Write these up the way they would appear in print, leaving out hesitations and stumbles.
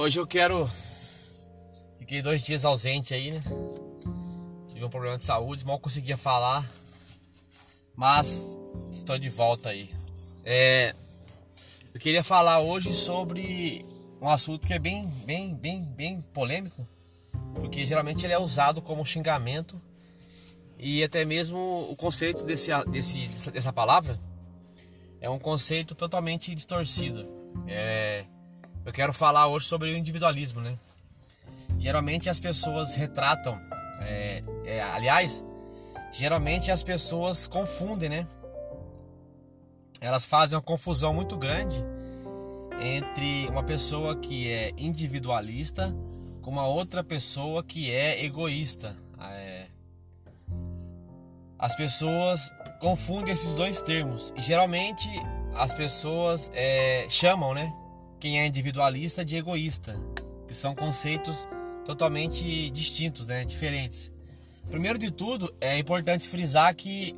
Hoje eu quero... Fiquei 2 dias ausente aí, né? Tive um problema de saúde, mal conseguia falar. Mas estou de volta aí. Eu queria falar hoje sobre um assunto que é bem polêmico. Porque geralmente ele é usado como xingamento. E até mesmo o conceito dessa palavra é um conceito totalmente distorcido. Eu quero falar hoje sobre o individualismo, né? Geralmente as pessoas retratam, geralmente as pessoas confundem, né? Elas fazem uma confusão muito grande entre uma pessoa que é individualista com uma outra pessoa que é egoísta. As pessoas confundem esses dois termos e geralmente as pessoas chamam, né, quem é individualista de egoísta, que são conceitos totalmente distintos, né, diferentes. Primeiro de tudo, é importante frisar que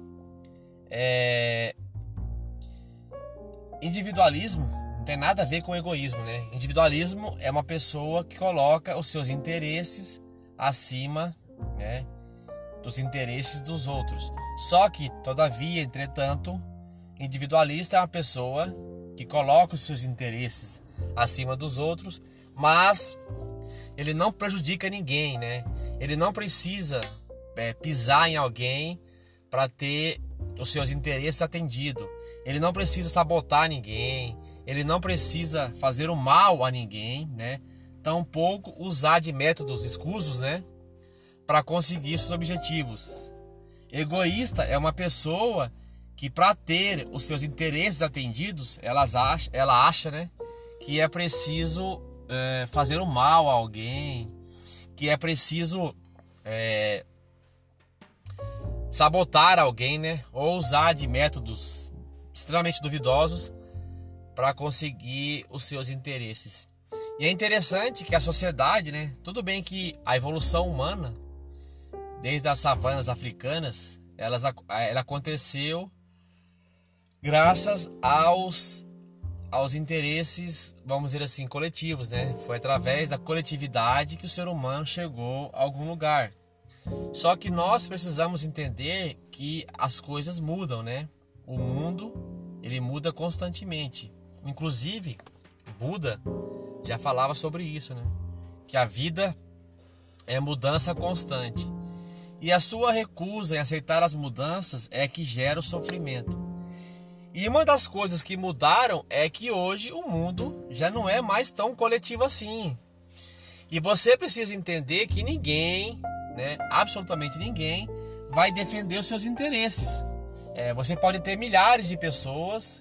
individualismo não tem nada a ver com egoísmo, né? Individualismo é uma pessoa que coloca os seus interesses acima, né, dos interesses dos outros. Só que, todavia, entretanto, individualista é uma pessoa que coloca os seus interesses acima dos outros, mas ele não prejudica ninguém, né? Ele não precisa pisar em alguém para ter os seus interesses atendidos. Ele não precisa sabotar ninguém, ele não precisa fazer o mal a ninguém, né? Tampouco usar de métodos escusos, né, para conseguir seus objetivos. Egoísta é uma pessoa que, para ter os seus interesses atendidos, ela acha, né, que é preciso fazer o mal a alguém, que é preciso sabotar alguém, né, ou usar de métodos extremamente duvidosos para conseguir os seus interesses. E é interessante que a sociedade, né, tudo bem que a evolução humana, desde as savanas africanas, ela aconteceu graças aos interesses, vamos dizer assim, coletivos, né? Foi através da coletividade que o ser humano chegou a algum lugar. Só que nós precisamos entender que as coisas mudam, né? O mundo, ele muda constantemente. Inclusive, Buda já falava sobre isso, né? Que a vida é mudança constante. E a sua recusa em aceitar as mudanças é que gera o sofrimento. E uma das coisas que mudaram é que hoje o mundo já não é mais tão coletivo assim. E você precisa entender que ninguém, né, absolutamente ninguém, vai defender os seus interesses. Você pode ter milhares de pessoas,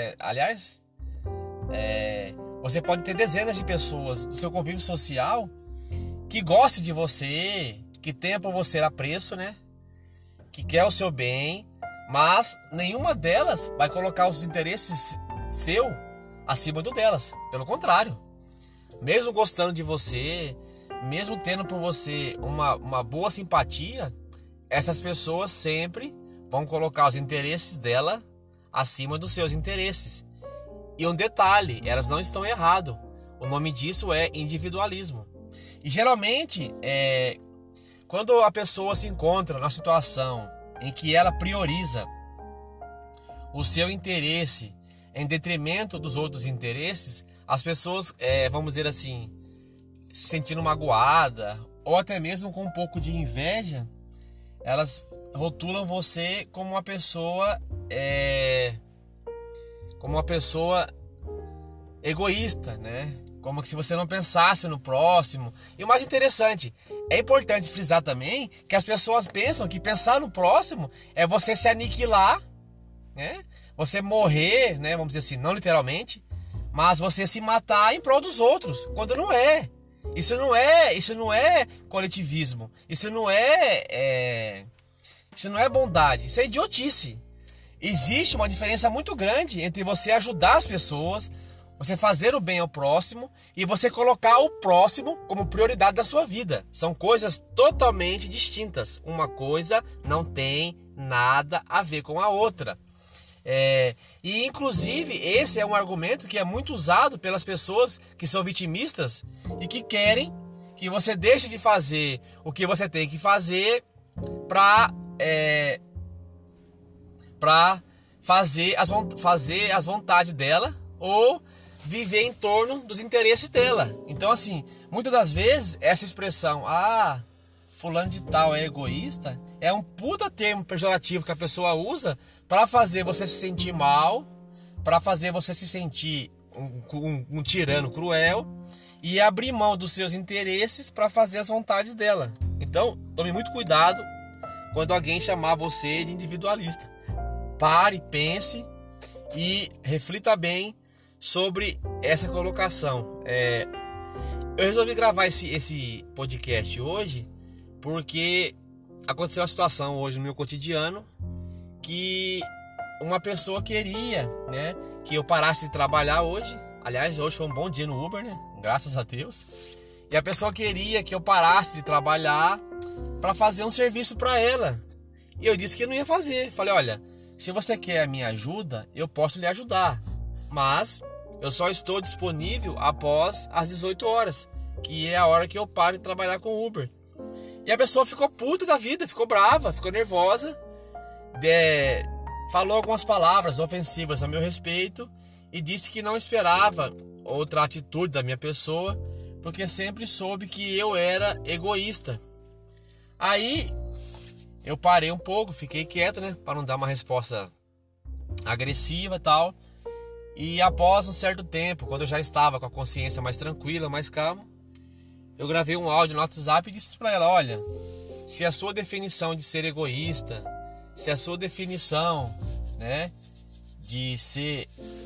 você pode ter dezenas de pessoas do seu convívio social que gostem de você, que tenha por você apreço, né, que quer o seu bem, mas nenhuma delas vai colocar os interesses seu acima do delas. Pelo contrário, mesmo gostando de você, mesmo tendo por você uma boa simpatia, essas pessoas sempre vão colocar os interesses dela acima dos seus interesses. E um detalhe, elas não estão erradas. O nome disso é individualismo. E geralmente, quando a pessoa se encontra na situação em que ela prioriza o seu interesse em detrimento dos outros interesses, as pessoas, vamos dizer assim, se sentindo magoada ou até mesmo com um pouco de inveja, elas rotulam você como uma pessoa egoísta, né? Como se você não pensasse no próximo. E o mais interessante, é importante frisar também que as pessoas pensam que pensar no próximo é você se aniquilar, né? Você morrer, né? Vamos dizer assim, não literalmente, mas você se matar em prol dos outros, quando não é. Isso não é coletivismo. Isso não é bondade. Isso é idiotice. Existe uma diferença muito grande entre você ajudar as pessoas, você fazer o bem ao próximo e você colocar o próximo como prioridade da sua vida. São coisas totalmente distintas. Uma coisa não tem nada a ver com a outra. E inclusive esse é um argumento que é muito usado pelas pessoas que são vitimistas e que querem que você deixe de fazer o que você tem que fazer para fazer as vontades dela ou viver em torno dos interesses dela. Então, assim, muitas das vezes essa expressão, fulano de tal é egoísta, é um puta termo pejorativo que a pessoa usa para fazer você se sentir mal, para fazer você se sentir um tirano cruel e abrir mão dos seus interesses para fazer as vontades dela. Então, tome muito cuidado quando alguém chamar você de individualista. Pare, pense e reflita bem sobre essa colocação. Eu resolvi gravar esse podcast hoje porque aconteceu uma situação hoje no meu cotidiano que uma pessoa queria, né, que eu parasse de trabalhar hoje. Aliás, hoje foi um bom dia no Uber, né? Graças a Deus. E a pessoa queria que eu parasse de trabalhar para fazer um serviço para ela. E eu disse que eu não ia fazer. Falei, olha, se você quer a minha ajuda, eu posso lhe ajudar. Mas eu só estou disponível após as 18 horas, que é a hora que eu paro de trabalhar com Uber. E a pessoa ficou puta da vida, ficou brava, ficou nervosa, falou algumas palavras ofensivas a meu respeito e disse que não esperava outra atitude da minha pessoa, porque sempre soube que eu era egoísta. Aí eu parei um pouco, fiquei quieto, né, para não dar uma resposta agressiva e tal. E após um certo tempo, quando eu já estava com a consciência mais tranquila, mais calma, eu gravei um áudio no WhatsApp e disse para ela, olha, se a sua definição de ser egoísta, se a sua definição, né, de ser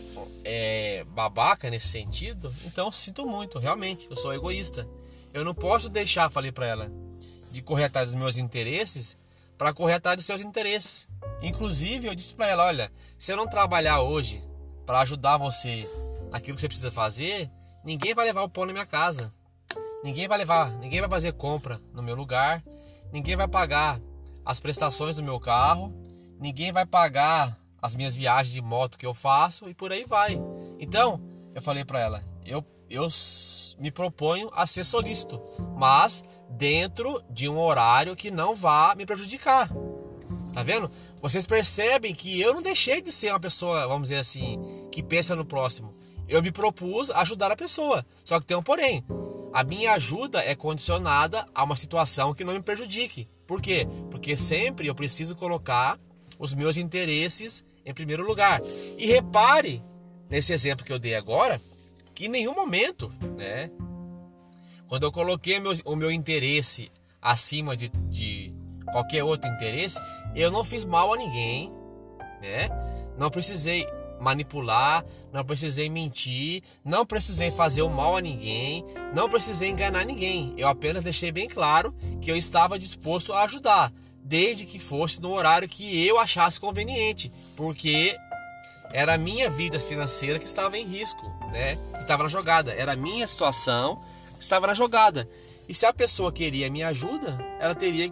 babaca nesse sentido, então sinto muito, realmente, eu sou egoísta. Eu não posso deixar, falei para ela, de correr atrás dos meus interesses para correr atrás dos seus interesses. Inclusive, eu disse para ela, olha, se eu não trabalhar hoje para ajudar você naquilo que você precisa fazer, ninguém vai levar o pão na minha casa. Ninguém vai fazer compra no meu lugar, ninguém vai pagar as prestações do meu carro, ninguém vai pagar as minhas viagens de moto que eu faço e por aí vai. Então, eu falei para ela, eu me proponho a ser solícito, mas dentro de um horário que não vá me prejudicar. Tá vendo? Vocês percebem que eu não deixei de ser uma pessoa, vamos dizer assim, que pensa no próximo. Eu me propus ajudar a pessoa, só que tem um porém. A minha ajuda é condicionada a uma situação que não me prejudique. Por quê? Porque sempre eu preciso colocar os meus interesses em primeiro lugar. E repare, nesse exemplo que eu dei agora, que em nenhum momento, né, quando eu coloquei o meu interesse acima de qualquer outro interesse, eu não fiz mal a ninguém, né? Não precisei manipular, não precisei mentir, não precisei fazer o mal a ninguém, não precisei enganar ninguém. Eu apenas deixei bem claro que eu estava disposto a ajudar, desde que fosse no horário que eu achasse conveniente, porque era a minha vida financeira que estava em risco, né? Que estava na jogada, era a minha situação que estava na jogada. E se a pessoa queria a minha ajuda, ela teria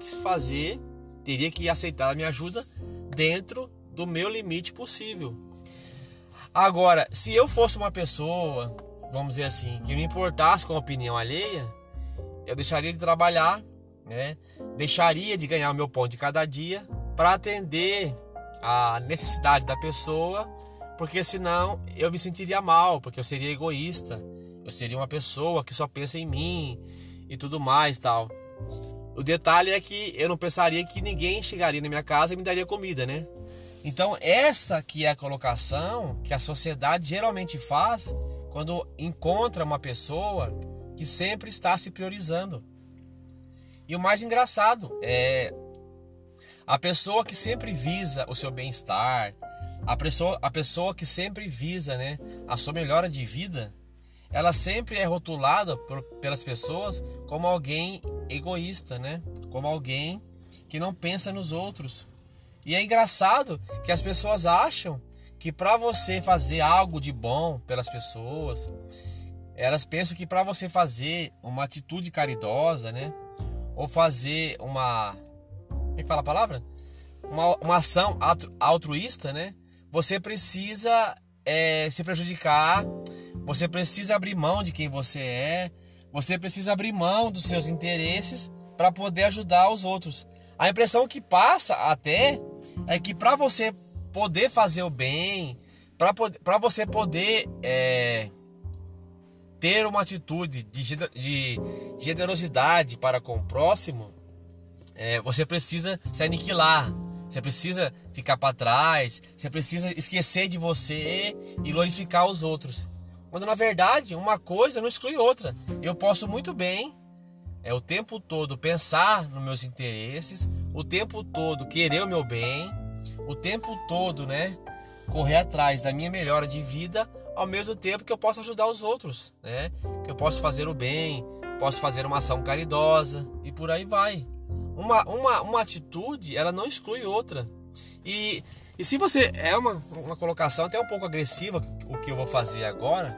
que aceitar a minha ajuda dentro do meu limite possível. Agora, se eu fosse uma pessoa, vamos dizer assim, que me importasse com a opinião alheia, eu deixaria de trabalhar, né? Deixaria de ganhar o meu pão de cada dia para atender a necessidade da pessoa, porque senão eu me sentiria mal, porque eu seria egoísta, eu seria uma pessoa que só pensa em mim e tudo mais, tal. O detalhe é que eu não pensaria que ninguém chegaria na minha casa e me daria comida, né? Então essa que é a colocação que a sociedade geralmente faz quando encontra uma pessoa que sempre está se priorizando. E o mais engraçado é a pessoa que sempre visa o seu bem-estar, a pessoa que sempre visa, né, a sua melhora de vida, ela sempre é rotulada pelas pessoas como alguém egoísta, né? Como alguém que não pensa nos outros. E é engraçado que as pessoas acham que para você fazer algo de bom pelas pessoas, elas pensam que para você fazer uma atitude caridosa, né? Ou fazer uma... Como é que fala a palavra? Uma ação altruísta, né? você precisa se prejudicar, você precisa abrir mão de quem você é, você precisa abrir mão dos seus interesses para poder ajudar os outros. A impressão que passa até é que para você poder fazer o bem, para você poder ter uma atitude de generosidade para com o próximo, você precisa se aniquilar, você precisa ficar para trás, você precisa esquecer de você e glorificar os outros. Quando na verdade uma coisa não exclui outra. Eu posso muito bem o tempo todo pensar nos meus interesses, o tempo todo querer o meu bem, o tempo todo, né, correr atrás da minha melhora de vida, ao mesmo tempo que eu posso ajudar os outros, né? Que eu posso fazer o bem, posso fazer uma ação caridosa e por aí vai. Uma atitude, ela não exclui outra. E se você... É uma colocação até um pouco agressiva o que eu vou fazer agora.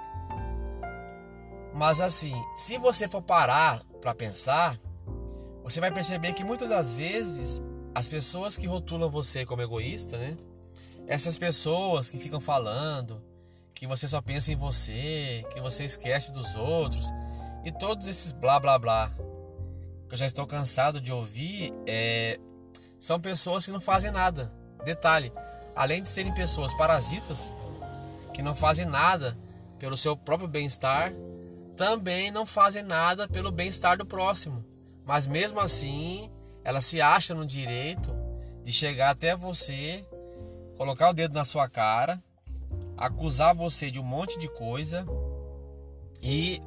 Mas assim, se você for parar para pensar, você vai perceber que muitas das vezes as pessoas que rotulam você como egoísta, né? Essas pessoas que ficam falando que você só pensa em você, que você esquece dos outros e todos esses blá blá blá que eu já estou cansado de ouvir, são pessoas que não fazem nada. Detalhe, além de serem pessoas parasitas que não fazem nada pelo seu próprio bem-estar, também não fazem nada pelo bem-estar do próximo. Mas mesmo assim, elas se acham no direito de chegar até você, colocar o dedo na sua cara, acusar você de um monte de coisa e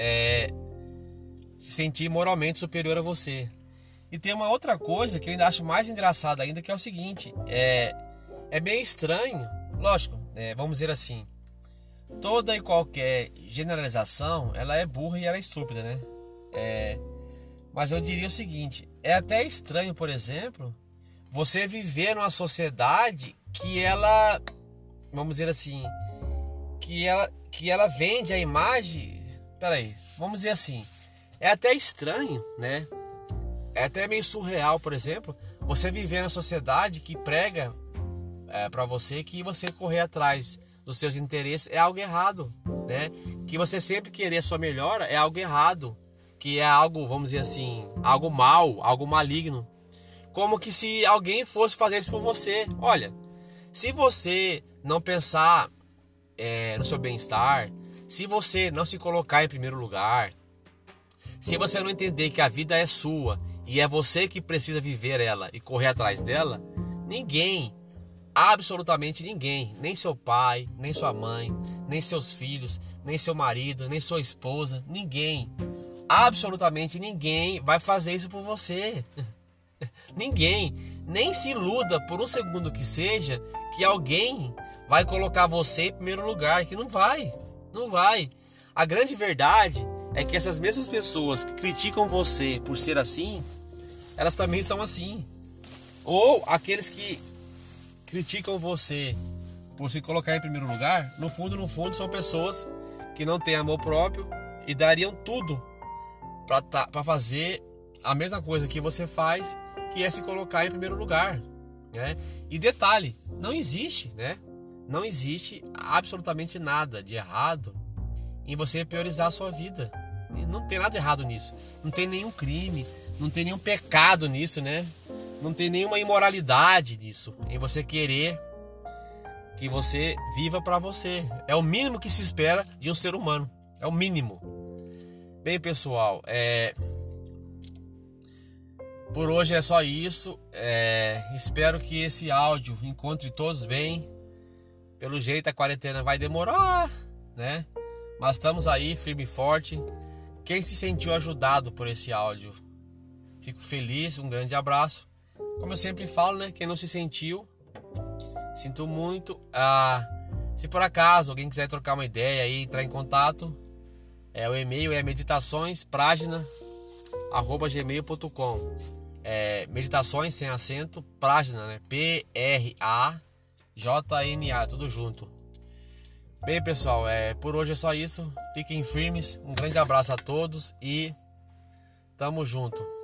se sentir moralmente superior a você. E tem uma outra coisa que eu ainda acho mais engraçada ainda, que é o seguinte, é meio estranho, lógico, vamos dizer assim, toda e qualquer generalização, ela é burra e ela é estúpida, né? Mas eu diria o seguinte, é até estranho, por exemplo, você viver numa sociedade que ela, vamos dizer assim, que ela vende a imagem, vamos dizer assim, é até estranho, né? É até meio surreal, por exemplo, você viver numa sociedade que prega para você que você correr atrás dos seus interesses é algo errado, né? Que você sempre querer a sua melhora é algo errado, que é algo, vamos dizer assim, algo mal, algo maligno. Como que se alguém fosse fazer isso por você. Olha, se você não pensar no seu bem-estar, se você não se colocar em primeiro lugar, se você não entender que a vida é sua e é você que precisa viver ela e correr atrás dela, ninguém, absolutamente ninguém, nem seu pai, nem sua mãe, nem seus filhos, nem seu marido, nem sua esposa, ninguém, absolutamente ninguém vai fazer isso por você. Ninguém, nem se iluda por um segundo que seja que alguém vai colocar você em primeiro lugar, que não vai. A grande verdade é que essas mesmas pessoas que criticam você por ser assim, elas também são assim. Ou aqueles que criticam você por se colocar em primeiro lugar, no fundo são pessoas que não têm amor próprio e dariam tudo para fazer a mesma coisa que você faz, que é se colocar em primeiro lugar, né? E detalhe, não existe, né? Não existe absolutamente nada de errado em você priorizar a sua vida. Não tem nada errado nisso. Não tem nenhum crime, não tem nenhum pecado nisso, né? Não tem nenhuma imoralidade nisso, em você querer que você viva para você. É o mínimo que se espera de um ser humano. É o mínimo. Bem, pessoal, por hoje é só isso. Espero que esse áudio encontre todos bem. Pelo jeito a quarentena vai demorar, né? Mas estamos aí, firme e forte. Quem se sentiu ajudado por esse áudio, fico feliz, um grande abraço. Como eu sempre falo, né? Quem não se sentiu, sinto muito. Se por acaso alguém quiser trocar uma ideia e entrar em contato, o e-mail é meditações@gmail.com. Meditações sem acento, Prajna, né? Prajna, tudo junto. Bem, pessoal, por hoje é só isso. Fiquem firmes. Um grande abraço a todos e tamo junto.